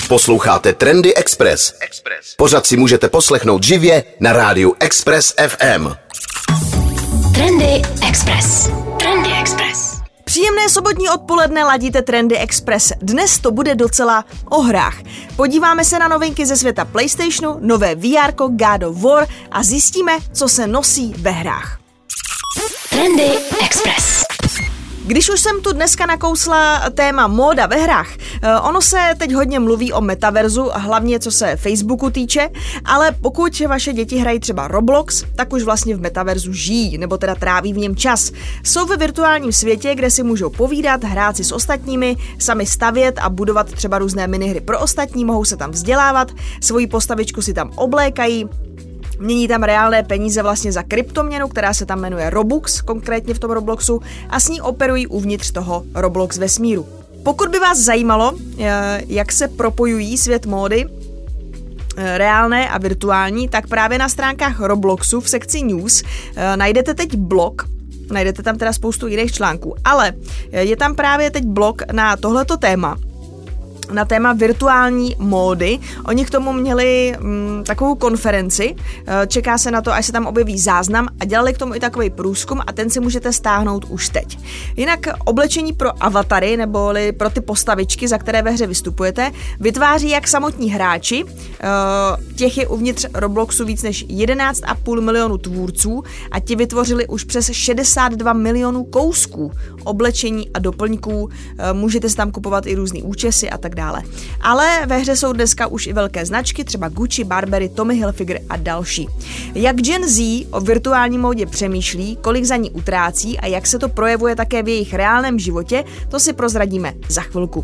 Posloucháte Trendy Express. Pořad si můžete poslechnout živě na rádiu Express FM. Trendy Express. Trendy Express. Příjemné sobotní odpoledne, ladíte Trendy Express. Dnes to bude docela o hrách. Podíváme se na novinky ze světa PlayStationu, nové VR-ko God of War a zjistíme, co se nosí ve hrách. Trendy Express. Když už jsem tu dneska nakousla téma móda ve hrách, ono se teď hodně mluví o metaverzu, hlavně co se Facebooku týče, ale pokud vaše děti hrají třeba Roblox, tak už vlastně v metaverzu žijí, nebo teda tráví v něm čas. Jsou ve virtuálním světě, kde si můžou povídat, hrát si s ostatními, sami stavět a budovat třeba různé minihry pro ostatní, mohou se tam vzdělávat, svoji postavičku si tam oblékají, mění tam reálné peníze vlastně za kryptoměnu, která se tam jmenuje Robux, konkrétně v tom Robloxu, a s ní operují uvnitř toho Roblox vesmíru. Pokud by vás zajímalo, jak se propojují svět módy, reálné a virtuální, tak právě na stránkách Robloxu v sekci News najdete teď blog, najdete tam teda spoustu jiných článků, ale je tam právě teď blog na tohleto téma, na téma virtuální módy. Oni k tomu měli takovou konferenci, čeká se na to, až se tam objeví záznam a dělali k tomu i takový průzkum a ten si můžete stáhnout už teď. Jinak oblečení pro avatary neboli pro ty postavičky, za které ve hře vystupujete, vytváří jak samotní hráči, těch je uvnitř Robloxu víc než 11,5 milionu tvůrců a ti vytvořili už přes 62 milionů kousků oblečení a doplňků, můžete si tam kupovat i různý účesy a tak dále. Ale ve hře jsou dneska už i velké značky, třeba Gucci, Burberry, Tommy Hilfiger a další. Jak Gen Z o virtuální módě přemýšlí, kolik za ní utrácí a jak se to projevuje také v jejich reálném životě, to si prozradíme za chvilku.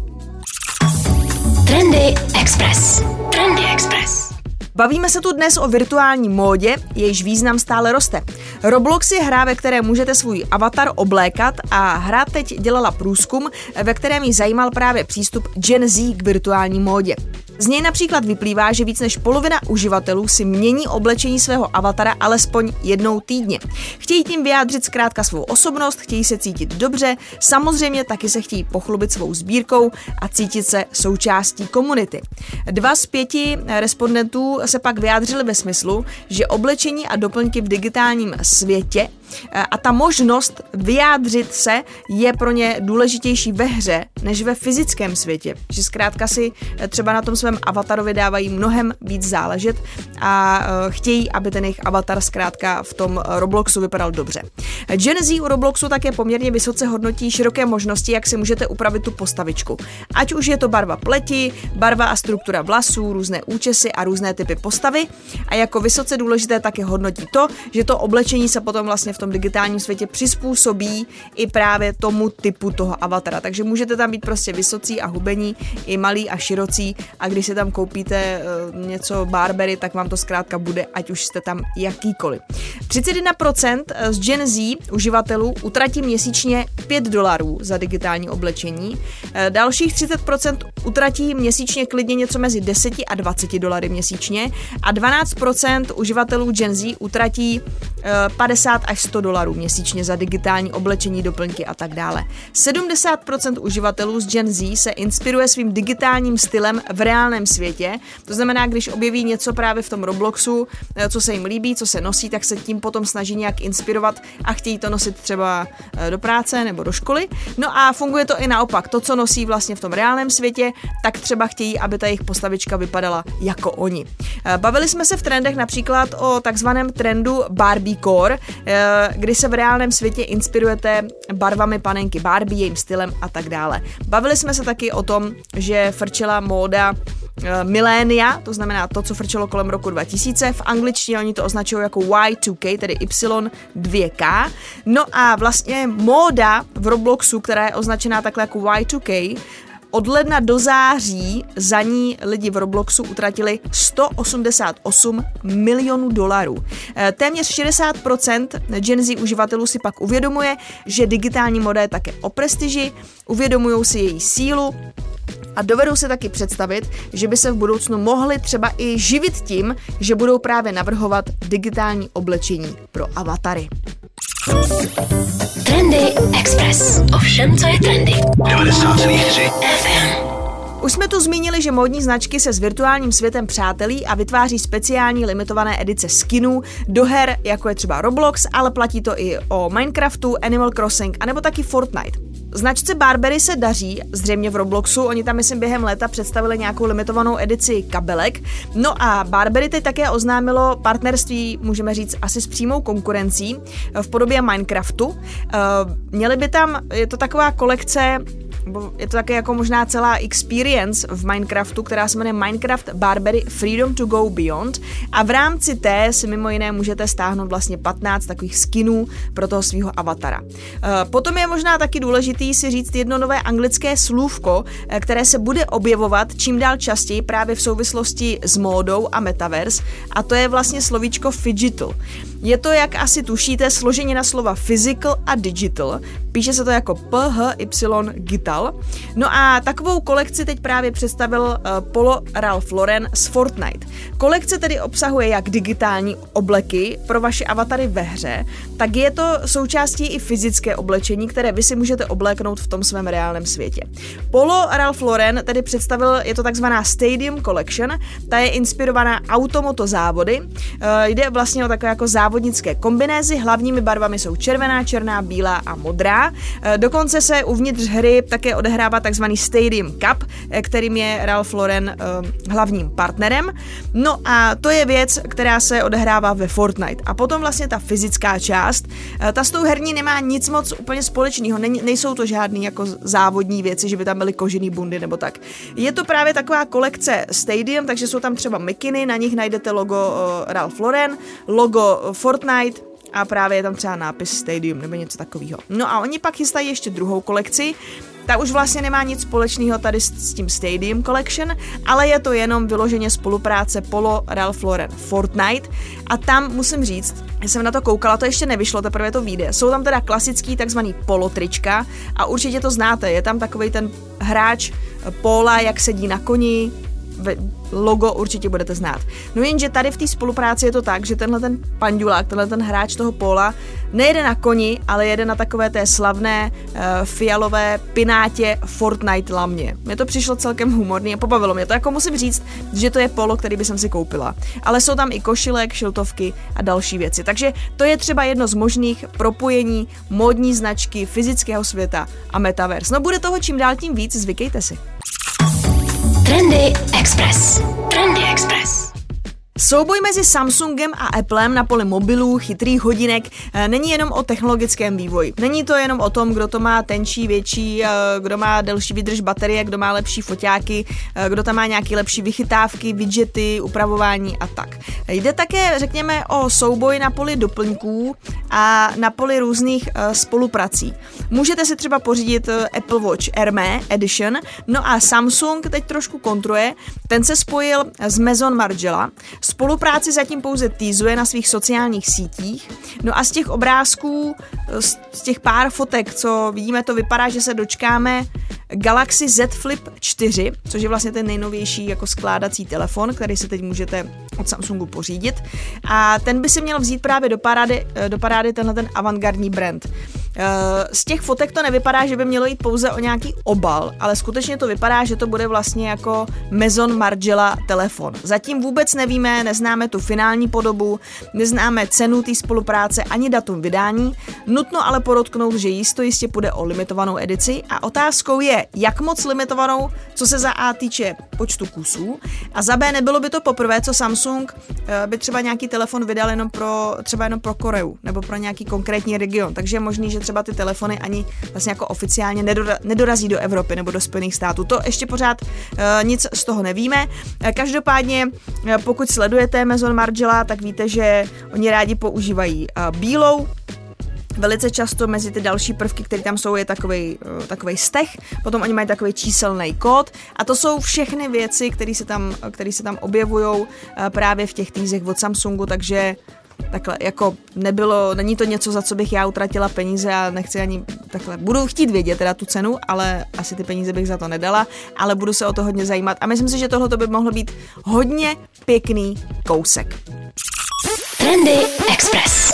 Trendy Express. Trendy Express. Bavíme se tu dnes o virtuální módě, jejíž význam stále roste. Roblox je hra, ve které můžete svůj avatar oblékat a hra teď dělala průzkum, ve kterém jí zajímal právě přístup Gen Z k virtuální módě. Z něj například vyplývá, že víc než polovina uživatelů si mění oblečení svého avatara alespoň jednou týdně. Chtějí tím vyjádřit zkrátka svou osobnost, chtějí se cítit dobře, samozřejmě taky se chtějí pochlubit svou sbírkou a cítit se součástí komunity. 2 z 5 respondentů se pak vyjádřili ve smyslu, že oblečení a doplňky v digitálním světě a ta možnost vyjádřit se je pro ně důležitější ve hře než ve fyzickém světě. Že zkrátka si třeba na tom svém avatarovi dávají mnohem víc záležet a chtějí, aby ten jejich avatar zkrátka v tom Robloxu vypadal dobře. Gen Z u Robloxu také poměrně vysoce hodnotí široké možnosti, jak si můžete upravit tu postavičku. Ať už je to barva pleti, barva a struktura vlasů, různé účesy a různé typy postavy. A jako vysoce důležité také hodnotí to, že to oblečení se potom vlastně v tom digitálním světě přizpůsobí i právě tomu typu toho avatara. Takže můžete tam být prostě vysocí a hubení, i malí a širocí a když si tam koupíte něco Burberry, tak vám to zkrátka bude, ať už jste tam jakýkoliv. 31% z Gen Z uživatelů utratí měsíčně $5 za digitální oblečení. Dalších 30% utratí měsíčně klidně něco mezi $10 a $20 měsíčně a 12% uživatelů Gen Z utratí $50 až $100 měsíčně za digitální oblečení, doplňky a tak dále. 70% uživatelů z Gen Z se inspiruje svým digitálním stylem v reálném světě. To znamená, když objeví něco právě v tom Robloxu, co se jim líbí, co se nosí, tak se tím potom snaží nějak inspirovat a chtějí to nosit třeba do práce nebo do školy. No a funguje to i naopak. To, co nosí vlastně v tom reálném světě, tak třeba chtějí, aby ta jejich postavička vypadala jako oni. Bavili jsme se v trendech například o takzvaném trendu Barbiecore, kdy se v reálném světě inspirujete barvami panenky Barbie, jejím stylem a tak dále. Bavili jsme se taky o tom, že frčela móda milénia, to znamená to, co frčelo kolem roku 2000. V angličtině oni to označují jako Y2K, tedy Y2K. No a vlastně móda v Robloxu, která je označená takhle jako Y2K, od ledna do září za ní lidi v Robloxu utratili $188 milionů. Téměř 60% Gen Z uživatelů si pak uvědomuje, že digitální móda je také o prestiži, uvědomují si její sílu a dovedou si taky představit, že by se v budoucnu mohli třeba i živit tím, že budou právě navrhovat digitální oblečení pro avatary. Trendy Express. O všem, co je trendy. 90,3 FM. Už jsme tu zmínili, že módní značky se s virtuálním světem přátelí a vytváří speciální limitované edice skinů do her, jako je třeba Roblox, ale platí to i o Minecraftu, Animal Crossing, anebo taky Fortnite. Značce Burberry se daří, zřejmě v Robloxu, oni tam myslím během léta představili nějakou limitovanou edici kabelek. No a Burberry teď také oznámilo partnerství, můžeme říct, asi s přímou konkurencí v podobě Minecraftu. Měli by tam, je to taková kolekce, je to také jako možná celá experience v Minecraftu, která se jmenuje Minecraft Burberry Freedom to Go Beyond a v rámci té si mimo jiné můžete stáhnout vlastně 15 takových skinů pro toho svého avatara. Potom je možná taky důležitý si říct jedno nové anglické slůvko, které se bude objevovat čím dál častěji právě v souvislosti s módou a metaverse, a to je vlastně slovíčko phygital. Je to, jak asi tušíte, složenina slova physical a digital. Píše se to jako PHY-gital. No a takovou kolekci teď právě představil Polo Ralph Lauren z Fortnite. Kolekce tedy obsahuje jak digitální obleky pro vaše avatary ve hře, tak je to součástí i fyzické oblečení, které vy si můžete obléknout v tom svém reálném světě. Polo Ralph Lauren tedy představil, je to takzvaná Stadium Collection, ta je inspirovaná automoto závody. Jde vlastně o takové jako závodnické kombinézy, hlavními barvami jsou červená, černá, bílá a modrá. Dokonce se uvnitř hry také odehrává takzvaný Stadium Cup, kterým je Ralph Lauren hlavním partnerem. No a to je věc, která se odehrává ve Fortnite. A potom vlastně ta fyzická část, ta s tou herní nemá nic moc úplně společného, nejsou to žádný jako závodní věci, že by tam byly kožený bundy nebo tak. Je to právě taková kolekce Stadium, takže jsou tam třeba mikiny, na nich najdete logo Ralph Lauren, logo Fortnite a právě je tam třeba nápis Stadium nebo něco takového. No a oni pak chystají ještě druhou kolekci, ta už vlastně nemá nic společného tady s tím Stadium Collection, ale je to jenom vyloženě spolupráce Polo Ralph Lauren Fortnite a tam musím říct, já jsem na to koukala, to ještě nevyšlo, teprve to vyjde. Jsou tam teda klasický takzvaný polotrička a určitě to znáte, je tam takovej ten hráč Pola, jak sedí na koni, logo určitě budete znát. No jenže tady v té spolupráci je to tak, že tenhle ten pandulák, tenhle ten hráč toho Pola nejede na koni, ale jede na takové té slavné fialové pinátě Fortnite lamě. Mně to přišlo celkem humorný a pobavilo mě to. Jako musím říct, že to je polo, který by jsem si koupila. Ale jsou tam i košilek, šiltovky a další věci. Takže to je třeba jedno z možných propojení módní značky, fyzického světa a metaverse. No bude toho čím dál tím víc, zvykejte si. Trendy Express. Trendy Express. Souboj mezi Samsungem a Applem na poli mobilů, chytrých hodinek není jenom o technologickém vývoji. Není to jenom o tom, kdo to má tenčí, větší, kdo má delší vydrž baterie, kdo má lepší foťáky, kdo tam má nějaké lepší vychytávky, widgety, upravování a tak. Jde také, řekněme, o souboj na poli doplňků a na poli různých spoluprací. Můžete si třeba pořídit Apple Watch Hermé Edition, no a Samsung teď trošku kontruje, ten se spojil s Maison Margiela. Spolupráci zatím pouze teasuje na svých sociálních sítích. No a z těch obrázků, z těch pár fotek, co vidíme, to vypadá, že se dočkáme Galaxy Z Flip 4, což je vlastně ten nejnovější jako skládací telefon, který si teď můžete od Samsungu pořídit. A ten by si měl vzít právě do parády tenhle ten avantgardní brand. Z těch fotek to nevypadá, že by mělo jít pouze o nějaký obal, ale skutečně to vypadá, že to bude vlastně jako Maison Margiela telefon. Zatím vůbec nevíme, neznáme tu finální podobu, neznáme cenu té spolupráce ani datum vydání, nutno ale podotknout, že jistě půjde o limitovanou edici a otázkou je, jak moc limitovanou, co se za A týče počtu kusů a za B nebylo by to poprvé, co Samsung by třeba nějaký telefon vydal jenom pro Koreu nebo pro nějaký konkrétní region, takže je možný, že třeba ty telefony ani vlastně jako oficiálně nedorazí do Evropy nebo do Spojených států. To ještě pořád nic z toho nevíme. Každopádně, pokud sledujete Maison Margiela, tak víte, že oni rádi používají bílou. Velice často mezi ty další prvky, které tam jsou, je takovej steh, potom oni mají takový číselný kód a to jsou všechny věci, které se tam objevujou právě v těch týzech od Samsungu, takže takhle, jako není to něco, za co bych já utratila peníze a nechci ani takhle. Budu chtít vědět teda tu cenu, ale asi ty peníze bych za to nedala, ale budu se o to hodně zajímat a myslím si, že tohle by mohlo být hodně pěkný kousek. Trendy Express.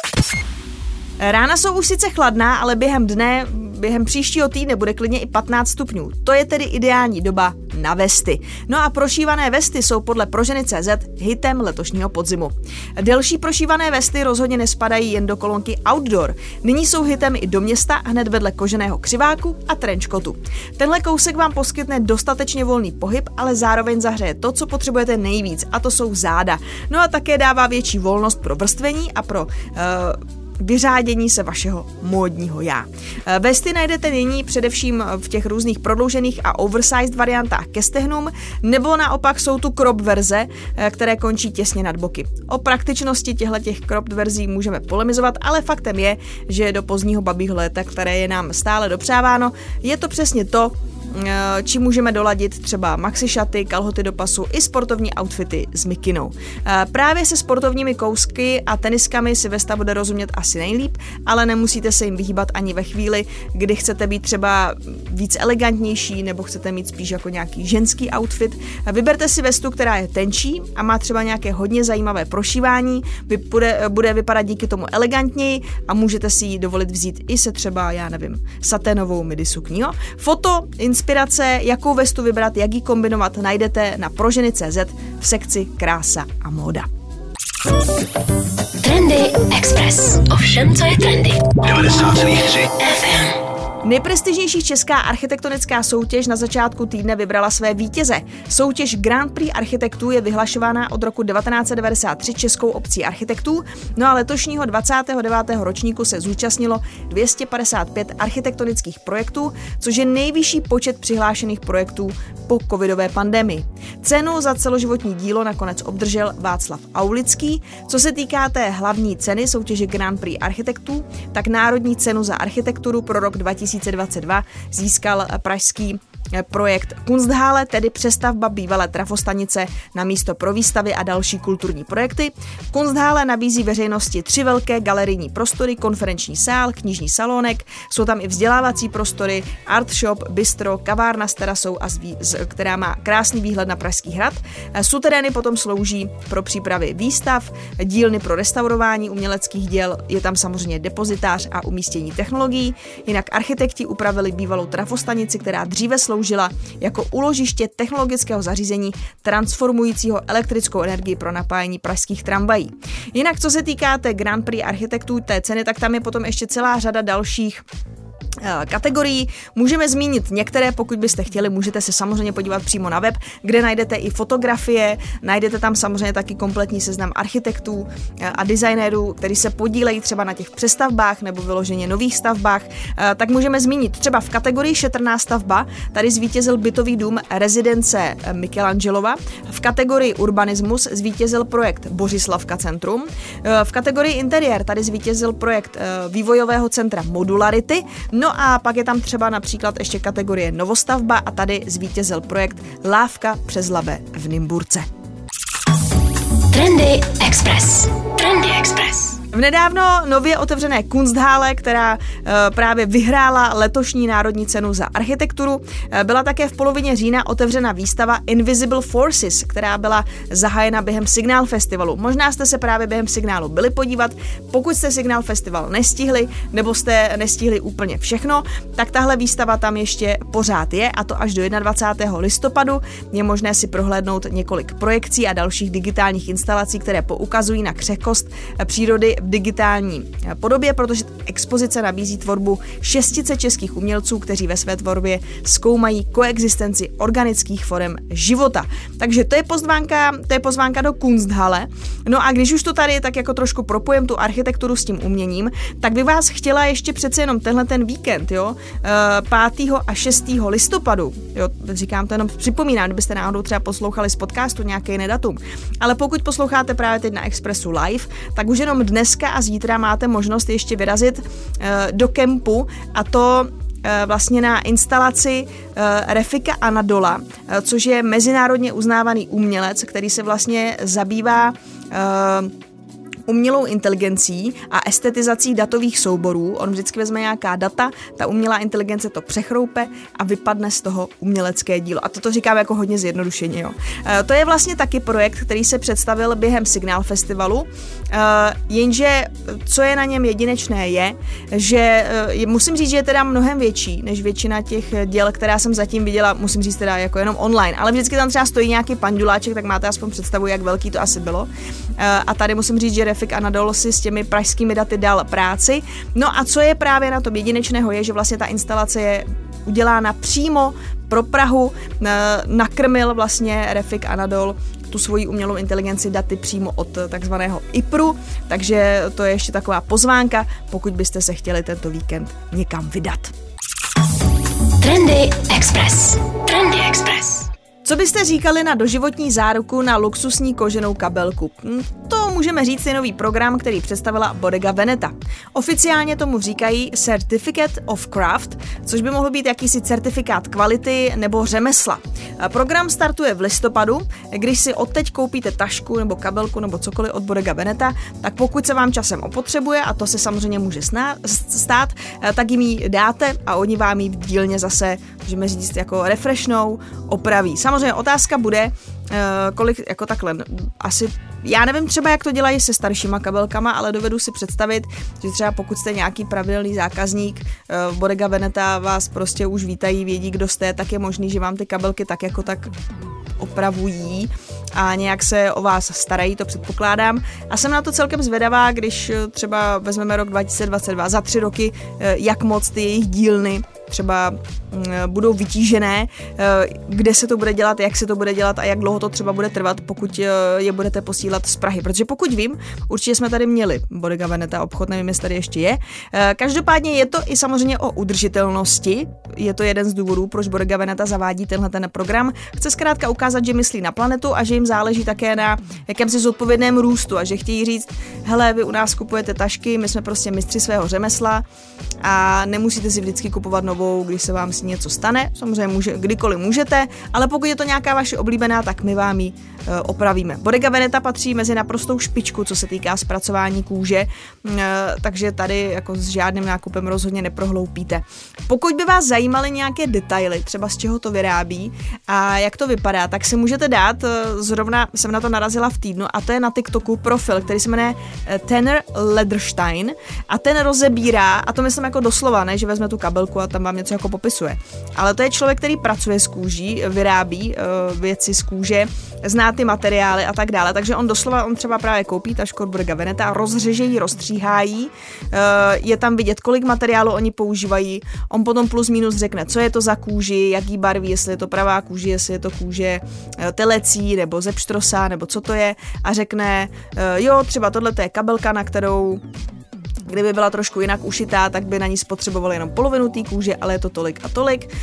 Rána jsou už sice chladná, ale během příštího týdne bude klidně i 15 stupňů. To je tedy ideální doba na vesty. No a prošívané vesty jsou podle Proženy.cz hitem letošního podzimu. Delší prošívané vesty rozhodně nespadají jen do kolonky outdoor. Nyní jsou hitem i do města hned vedle koženého křiváku a trenchcoatu. Tenhle kousek vám poskytne dostatečně volný pohyb, ale zároveň zahřeje to, co potřebujete nejvíc, a to jsou záda. No a také dává větší volnost pro vrstvení a pro vyřádění se vašeho módního já. Vesty najdete nyní především v těch různých prodloužených a oversized variantách ke stehnům, nebo naopak jsou tu crop verze, které končí těsně nad boky. O praktičnosti těchto crop verzí můžeme polemizovat, ale faktem je, že do pozdního babího léta, které je nám stále dopřáváno, je to přesně to, čím můžeme doladit třeba maxi šaty, kalhoty do pasu i sportovní outfity s mikinou. Právě se sportovními kousky a teniskami si vesta bude rozumět asi nejlíp, ale nemusíte se jim vyhýbat ani ve chvíli, kdy chcete být třeba víc elegantnější nebo chcete mít spíš jako nějaký ženský outfit. Vyberte si vestu, která je tenčí a má třeba nějaké hodně zajímavé prošívání, bude vypadat díky tomu elegantněji a můžete si ji dovolit vzít i se třeba, já nevím, saténovou midi sukní. Foto, inspirace, jakou vestu vybrat, jak ji kombinovat, najdete na Proženy.cz v sekci Krása a móda. Trendy Express. O všem, co je trendy. 90,3 FM. Nejprestižnější česká architektonická soutěž na začátku týdne vybrala své vítěze. Soutěž Grand Prix architektů je vyhlašována od roku 1993 Českou obcí architektů, no a letošního 29. ročníku se zúčastnilo 255 architektonických projektů, což je nejvyšší počet přihlášených projektů po covidové pandemii. Cenu za celoživotní dílo nakonec obdržel Václav Aulický. Co se týká té hlavní ceny soutěže Grand Prix architektů, tak národní cenu za architekturu pro rok 2022 získal pražský projekt Kunsthalle, tedy přestavba bývalé trafostanice na místo pro výstavy a další kulturní projekty. Kunsthalle nabízí veřejnosti 3 velké galerijní prostory, konferenční sál, knižní salónek, jsou tam i vzdělávací prostory, art shop, bistro, kavárna s terasou, která má krásný výhled na Pražský hrad. Suterény potom slouží pro přípravy výstav, dílny pro restaurování uměleckých děl, je tam samozřejmě depozitář a umístění technologií. Jinak architekti upravili bývalou trafostanici, která dříve sloužila jako úložiště technologického zařízení transformujícího elektrickou energii pro napájení pražských tramvají. Jinak co se týká té Grand Prix architektů, té ceny, tak tam je potom ještě celá řada dalších kategorií. Můžeme zmínit některé, pokud byste chtěli, můžete se samozřejmě podívat přímo na web, kde najdete i fotografie, najdete tam samozřejmě taky kompletní seznam architektů a designérů, kteří se podílejí třeba na těch přestavbách nebo vyloženě nových stavbách. Tak můžeme zmínit třeba v kategorii šetrná stavba, tady zvítězil bytový dům rezidence Michelangelova, v kategorii urbanismus zvítězil projekt Bořislavka Centrum, v kategorii interiér tady zvítězil projekt vývojového centra Modularity. No a pak je tam třeba například ještě kategorie novostavba a tady zvítězil projekt Lávka přes Labe v Nymburce. Trendy Express. Trendy Express. V nedávno nově otevřené Kunsthalle, která právě vyhrála letošní národní cenu za architekturu, byla také v polovině října otevřena výstava Invisible Forces, která byla zahájena během Signál festivalu. Možná jste se právě během Signálu byli podívat, pokud jste Signál festival nestihli, nebo jste nestihli úplně všechno, tak tahle výstava tam ještě pořád je, a to až do 21. listopadu. Je možné si prohlédnout několik projekcí a dalších digitálních instalací, které poukazují na křehkost přírody v digitální podobě, protože expozice nabízí tvorbu 600 českých umělců, kteří ve své tvorbě zkoumají koexistenci organických forem života. Takže to je pozvánka do Kunsthalle. No a když už to tady tak jako trošku propojem tu architekturu s tím uměním, tak by vás chtěla ještě přece jenom tenhle ten víkend, 5. a 6. listopadu, říkám to jenom připomínám, kdybyste náhodou třeba poslouchali z podcastu nějaký jiný datum, ale pokud posloucháte právě teď na Expressu live, tak už jenom dneska a zítra máte možnost ještě vyrazit do kempu, a to vlastně na instalaci Refika Anadola, což je mezinárodně uznávaný umělec, který se vlastně zabývá umělou inteligencí a estetizací datových souborů. On vždycky vezme nějaká data, ta umělá inteligence to přechroupe a vypadne z toho umělecké dílo. A toto říkám jako hodně zjednodušeně. Jo. To je vlastně taky projekt, který se představil během Signál festivalu, jenže co je na něm jedinečné je, že musím říct, že je teda mnohem větší než většina těch děl, která jsem zatím viděla, musím říct teda jako jenom online, ale vždycky tam třeba stojí nějaký panduláček, tak máte aspoň představu, jak velký to asi bylo. A tady musím říct, že Refik Anadol si s těmi pražskými daty dal práci. No a co je právě na tom jedinečného je, že vlastně ta instalace je udělána přímo pro Prahu, nakrmil vlastně Refik Anadol tu svoji umělou inteligenci daty přímo od takzvaného IPRu, takže to je ještě taková pozvánka, pokud byste se chtěli tento víkend někam vydat. Trendy Express. Trendy Express. Co byste říkali na doživotní záruku na luxusní koženou kabelku? To můžeme říct je nový program, který představila Bodega Veneta. Oficiálně tomu říkají Certificate of Craft, což by mohl být jakýsi certifikát kvality nebo řemesla. Program startuje v listopadu. Když si odteď koupíte tašku nebo kabelku nebo cokoliv od Bodega Veneta, tak pokud se vám časem opotřebuje, a to se samozřejmě může stát, tak jim ji dáte a oni vám ji v dílně zase, můžeme říct, jako refreshnou, opraví. Samozřejmě otázka bude, kolik jako takhle, asi, já nevím třeba, jak to dělají se staršíma kabelkama, ale dovedu si představit, že třeba pokud jste nějaký pravidelný zákazník, Bodega Veneta vás prostě už vítají, vědí, kdo jste, tak je možný, že vám ty kabelky tak jako tak opravují a nějak se o vás starají, to předpokládám. A jsem na to celkem zvědavá, když třeba vezmeme rok 2022, za 3 roky, jak moc ty jejich dílny třeba budou vytížené, kde se to bude dělat, jak se to bude dělat a jak dlouho to třeba bude trvat, pokud je budete posílat z Prahy. Protože pokud vím, určitě jsme tady měli Bodega Veneta obchod, nevím, jestli tady ještě je. Každopádně je to i samozřejmě o udržitelnosti. Je to jeden z důvodů, proč Bodega Veneta zavádí tenhle program. Chce zkrátka ukázat, že myslí na planetu a že jim záleží také na jakémsi zodpovědném růstu a že chtějí říct, hele, vy u nás kupujete tašky, my jsme prostě mistři svého řemesla a nemusíte si vždycky kupovat novou, když se vám s ní něco stane. Samozřejmě kdykoliv můžete, ale pokud je to nějaká vaše oblíbená, tak my vám ji opravíme. Bodega Veneta patří mezi naprostou špičku, co se týká zpracování kůže, takže tady jako s žádným nákupem rozhodně neprohloupíte. Pokud by vás zajímaly nějaké detaily, třeba z čeho to vyrábí a jak to vypadá, tak si můžete dát, zrovna jsem na to narazila v týdnu, a to je na TikToku profil, který se jmenuje Tanner Lederstein a ten rozebírá, a to myslím jako doslova, ne, že vezme tu kabelku a tam vám něco jako popisuje, ale to je člověk, který pracuje s kůží, vyrábí věci z kůže, zná ty materiály a tak dále, takže on třeba právě koupí tašku od Bodega Veneta, rozřeže ji, rozstříhá ji, je tam vidět, kolik materiálu oni používají, on potom plus minus řekne, co je to za kůži, jaký barví, jestli je to pravá kůže, jestli je to kůže telecí nebo ze pštrosa, nebo co to je, a řekne, jo, třeba tohle je kabelka, na kterou kdyby byla trošku jinak ušitá, tak by na ní spotřebovali jenom polovinu té kůže, ale je to tolik a tolik.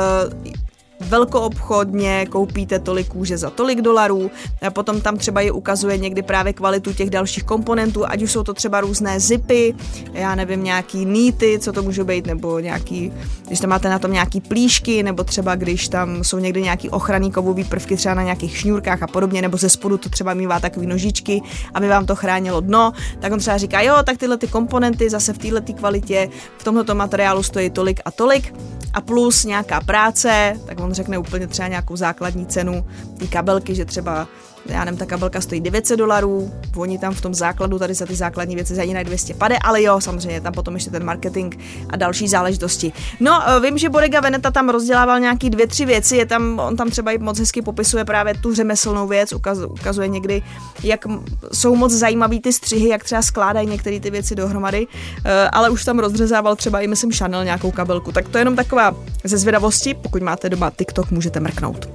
Velkoobchodně koupíte tolik kůže za tolik $, a potom tam třeba je ukazuje někdy právě kvalitu těch dalších komponentů, ať už jsou to třeba různé zipy, já nevím, nějaký nýty, co to může být, nebo nějaký, když tam máte na tom nějaký plíšky, nebo třeba když tam jsou někdy nějaký ochranný kovový prvky třeba na nějakých šňůrkách a podobně, nebo ze spodu to třeba mívá takový nožičky, aby vám to chránilo dno, tak on třeba říká, jo, tak tyhle ty komponenty zase v této kvalitě, v tomhleto materiálu stojí tolik a tolik, a plus nějaká práce, tak on řekne úplně třeba nějakou základní cenu té kabelky, že třeba, já nevím, ta kabelka stojí $900, oni tam v tom základu tady za ty základní věci zajímají 250, ale jo, samozřejmě tam potom ještě ten marketing a další záležitosti. No, vím, že Bodega Veneta tam rozdělával nějaký 2-3 věci, on tam třeba i moc hezky popisuje právě tu řemeslnou věc, ukazuje někdy, jak jsou moc zajímavý ty střihy, jak třeba skládají některé ty věci dohromady, ale už tam rozřezával třeba i, myslím, Chanel nějakou kabelku, tak to je jenom taková ze zvědavosti, pokud máte doma TikTok, můžete mrknout.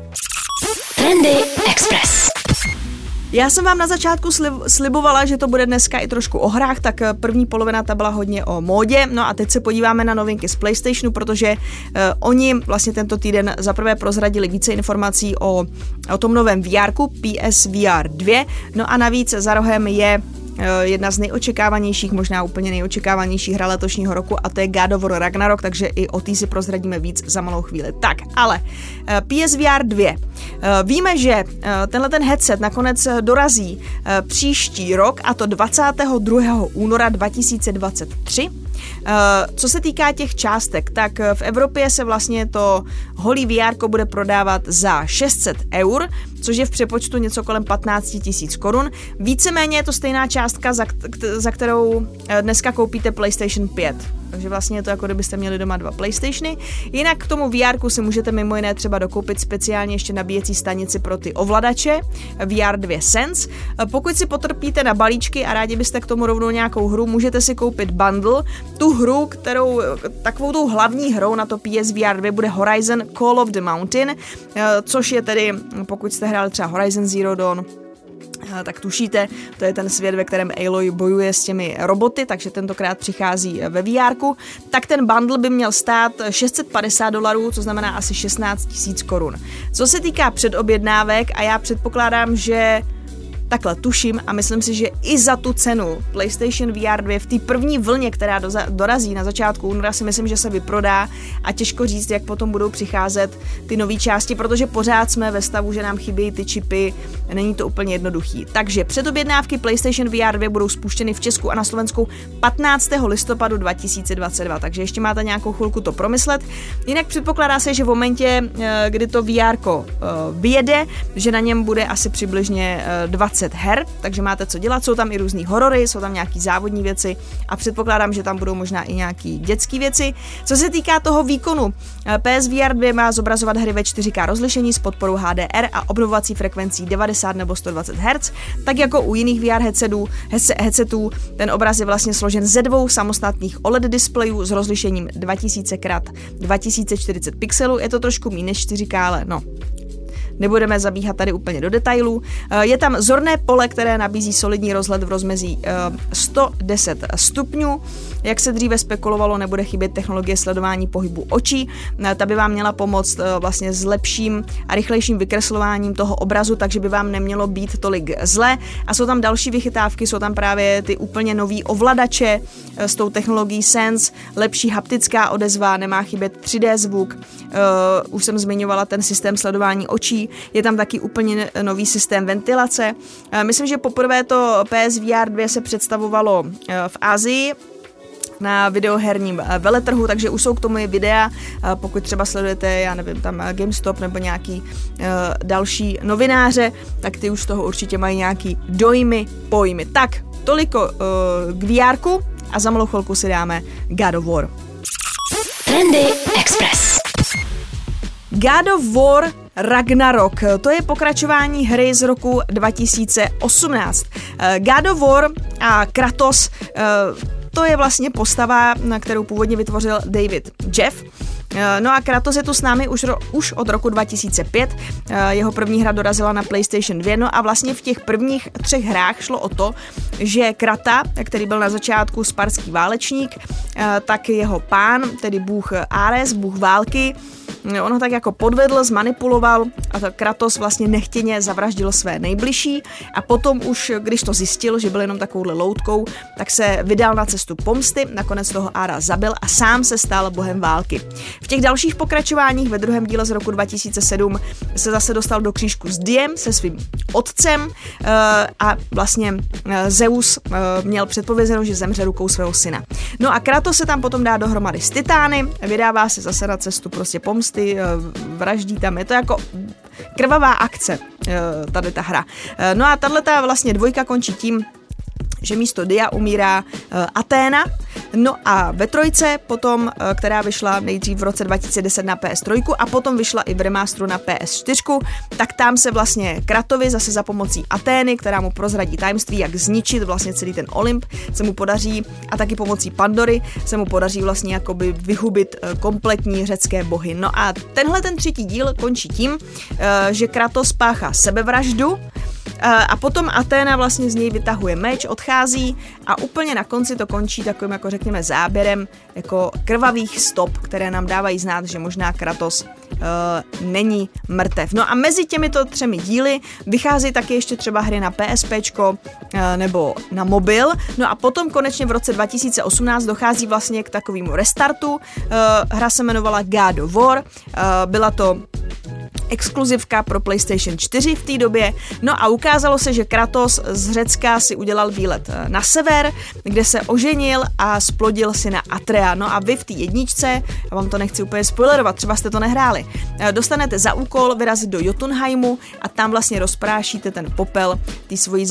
Trendy Express. Já jsem vám na začátku slibovala, že to bude dneska i trošku o hrách, tak první polovina ta byla hodně o módě, no a teď se podíváme na novinky z PlayStationu, protože oni vlastně tento týden zaprvé prozradili více informací o tom novém VR-ku PSVR 2, no a navíc za rohem je jedna z nejočekávanějších, možná úplně nejočekávanější hra letošního roku a to je God of War Ragnarok, takže i o té si prozradíme víc za malou chvíli. Tak, ale PSVR 2. Víme, že tenhle ten headset nakonec dorazí příští rok a to 22. února 2023. Co se týká těch částek, tak v Evropě se vlastně to holý VR bude prodávat za 600 eur, což je v přepočtu něco kolem 15 000 korun. Víceméně je to stejná částka, za kterou dneska koupíte PlayStation 5. Takže vlastně je to jako kdybyste měli doma 2 PlayStationy. Jinak k tomu VR si můžete mimo jiné třeba dokoupit speciálně ještě nabíjecí stanici pro ty ovladače VR 2 Sense. Pokud si potrpíte na balíčky a rádi byste k tomu rovnou nějakou hru, můžete si koupit bundle. Tu hru, kterou takovou tou hlavní hrou na to PSVR 2 bude Horizon Call of the Mountain, což je tedy, pokud jste hráli třeba Horizon Zero Dawn, tak tušíte, to je ten svět, ve kterém Aloy bojuje s těmi roboty, takže tentokrát přichází ve VR-ku, tak ten bundle by měl stát $650, co znamená asi 16 000 korun. Co se týká předobjednávek, a já předpokládám, že takhle tuším a myslím si, že i za tu cenu PlayStation VR 2 v té první vlně, která dorazí na začátku února, si myslím, že se vyprodá a těžko říct, jak potom budou přicházet ty nové části, protože pořád jsme ve stavu, že nám chybějí ty čipy, není to úplně jednoduchý. Takže předobjednávky PlayStation VR 2 budou spuštěny v Česku a na Slovensku 15. listopadu 2022, takže ještě máte nějakou chvilku to promyslet. Jinak předpokládá se, že v momentě, kdy to VR vyjede, že na něm bude asi přibližně 20 her, takže máte co dělat, jsou tam i různý horory, jsou tam nějaký závodní věci a předpokládám, že tam budou možná i nějaký dětský věci. Co se týká toho výkonu, PSVR 2 má zobrazovat hry ve 4K rozlišení s podporou HDR a obnovovací frekvencí 90 nebo 120 Hz, tak jako u jiných VR headsetů, ten obraz je vlastně složen ze 2 samostatných OLED displejů s rozlišením 2000x2040 pixelů, je to trošku méně než 4K, ale no, nebudeme zabíhat tady úplně do detailů. Je tam zorné pole, které nabízí solidní rozhled v rozmezí 110 stupňů. Jak se dříve spekulovalo, nebude chybět technologie sledování pohybu očí. Ta by vám měla pomoct vlastně s lepším a rychlejším vykreslováním toho obrazu, takže by vám nemělo být tolik zle. A jsou tam další vychytávky, jsou tam právě ty úplně nový ovladače s tou technologií Sense, lepší haptická odezva, nemá chybět 3D zvuk. Už jsem zmiňovala ten systém sledování očí. Je tam taky úplně nový systém ventilace. Myslím, že poprvé to PSVR 2 se představovalo v Asii na videoherním veletrhu, takže už jsou k tomu i videa, pokud třeba sledujete, já nevím, tam GameStop nebo nějaký další novináře, tak ty už z toho určitě mají nějaký dojmy, pojmy. Tak, toliko k VRku a za malou chvilku si dáme God of War. Trendy Express. God of War Ragnarok, to je pokračování hry z roku 2018. God of War a Kratos, to je vlastně postava, na kterou původně vytvořil David Jeff. No a Kratos je tu s námi už od roku 2005, jeho první hra dorazila na PlayStation 2, no a vlastně v těch prvních 3 hrách šlo o to, že Krata, který byl na začátku sparský válečník, tak jeho pán, tedy bůh Ares, bůh války, on ho tak jako podvedl, zmanipuloval a Kratos vlastně nechtěně zavraždil své nejbližší a potom už, když to zjistil, že byl jenom takovouhle loutkou, tak se vydal na cestu pomsty, nakonec toho Ara zabil a sám se stal bohem války. V těch dalších pokračováních ve druhém díle z roku 2007 se zase dostal do křížku s Diem, se svým otcem a vlastně Zeus měl předpovězeno, že zemře rukou svého syna. No a Kratos se tam potom dá dohromady s Titány, vydává se zase na cestu prostě pomsty, vraždí tam, je to jako krvavá akce, tady ta hra. No a tato vlastně 2 končí tím, že místo Dia umírá Athena. No a ve 3 potom, která vyšla nejdřív v roce 2010 na PS3 a potom vyšla i v remasteru na PS4, tak tam se vlastně Kratovi zase za pomocí Athény, která mu prozradí tajemství, jak zničit vlastně celý ten Olymp, se mu podaří a taky pomocí Pandory se mu podaří vlastně jakoby vyhubit kompletní řecké bohy. No a tenhle ten 3. díl končí tím, že Kratos páchá sebevraždu, a potom Athéna vlastně z něj vytahuje meč, odchází a úplně na konci to končí takovým, jako řekněme, záběrem jako krvavých stop, které nám dávají znát, že možná Kratos není mrtev. No a mezi těmito 3 díly vychází taky ještě třeba hry na PSPčko nebo na mobil. No a potom konečně v roce 2018 dochází vlastně k takovému restartu. Hra se jmenovala God of War. Byla to exkluzivka pro PlayStation 4 v té době. No a ukázalo se, že Kratos z Řecka si udělal výlet na sever, kde se oženil a splodil syna Atrea. No a vy v té jedničce, já vám to nechci úplně spoilerovat, třeba jste to nehráli, dostanete za úkol vyrazit do Jotunheimu a tam vlastně rozprášíte ten popel té svojí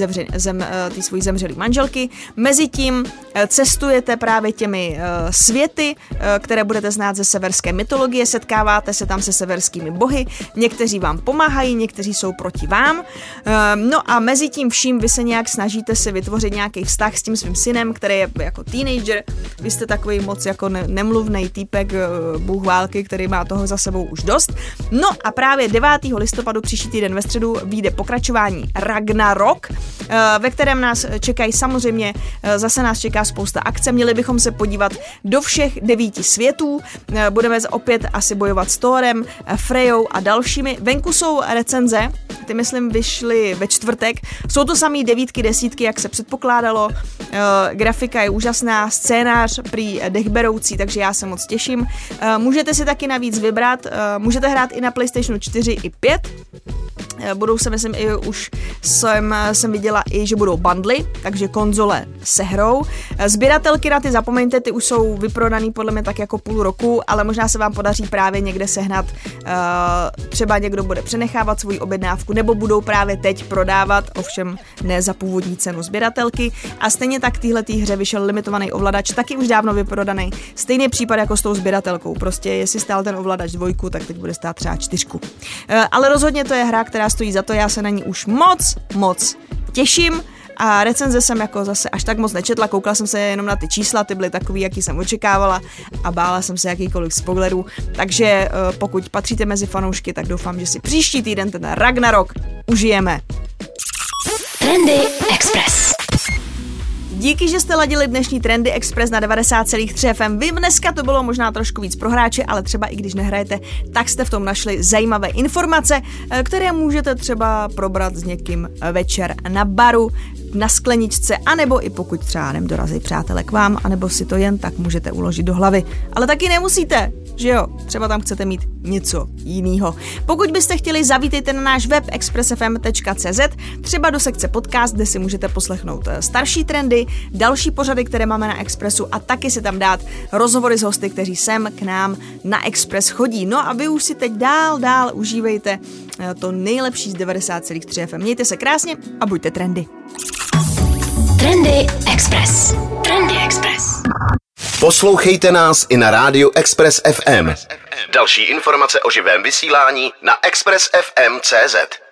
zemřelé manželky. Mezitím cestujete právě těmi světy, které budete znát ze severské mytologie, setkáváte se tam se severskými bohy, někteří vám pomáhají, někteří jsou proti vám. No a mezi tím vším vy se nějak snažíte si vytvořit nějaký vztah s tím svým synem, který je jako teenager. Vy jste takový moc jako nemluvnej týpek, bůh války, který má toho za sebou už dost. No a právě 9. listopadu příští týden ve středu vyjde pokračování Ragnarok, ve kterém nás čekají samozřejmě, zase nás čeká spousta akce. Měli bychom se podívat do všech 9 světů. Budeme opět asi bojovat s Thorem, Frejou a dalšími. Venku jsou recenze, ty myslím vyšly ve čtvrtek. Jsou to samý 9, 10, jak se předpokládalo. Grafika je úžasná, scénář prý dechberoucí, takže já se moc těším. Můžete si taky navíc vybrat, můžete hrát i na PlayStationu 4 i 5. Budou se, myslím, i už jsem viděla i, že budou bundly, takže konzole se hrou. Sběratelky na ty zapomeňte, ty už jsou vyprodaný podle mě tak jako půl roku, ale možná se vám podaří právě někde sehnat, třeba někdo bude přenechávat svoji objednávku, nebo budou právě teď prodávat, ovšem ne za původní cenu sběratelky. A stejně tak téhletý hře vyšel limitovaný ovladač, taky už dávno vyprodaný. Stejný případ jako s tou sběratelkou, prostě jestli stál ten ovladač 2, tak teď bude stát třeba 4. Ale rozhodně to je hra, která stojí za to, já se na ní už moc těším a recenze jsem jako zase až tak moc nečetla, koukala jsem se jenom na ty čísla, ty byly takový, jaký jsem očekávala a bála jsem se jakýkoliv spoilerů, takže pokud patříte mezi fanoušky, tak doufám, že si příští týden ten Ragnarok užijeme. Trendy Express. Díky, že jste ladili dnešní Trendy Express na 90,3 FM. Vím, dneska to bylo možná trošku víc pro hráče, ale třeba i když nehrajete, tak jste v tom našli zajímavé informace, které můžete třeba probrat s někým večer na baru, na skleničce, anebo i pokud třeba dorazí přátelé k vám, anebo si to jen tak můžete uložit do hlavy. Ale taky nemusíte, že jo? Třeba tam chcete mít něco jiného. Pokud byste chtěli, zavítejte na náš web expressfm.cz, třeba do sekce podcast, kde si můžete poslechnout starší trendy, další pořady, které máme na Expressu a taky si tam dát rozhovory s hosty, kteří sem k nám na Express chodí. No a vy už si teď dál užívejte to nejlepší z 90,3 FM. Mějte se krásně a buďte trendy. Trendy Express. Trendy Express. Poslouchejte nás i na rádiu Express FM. Další informace o živém vysílání na expressfm.cz.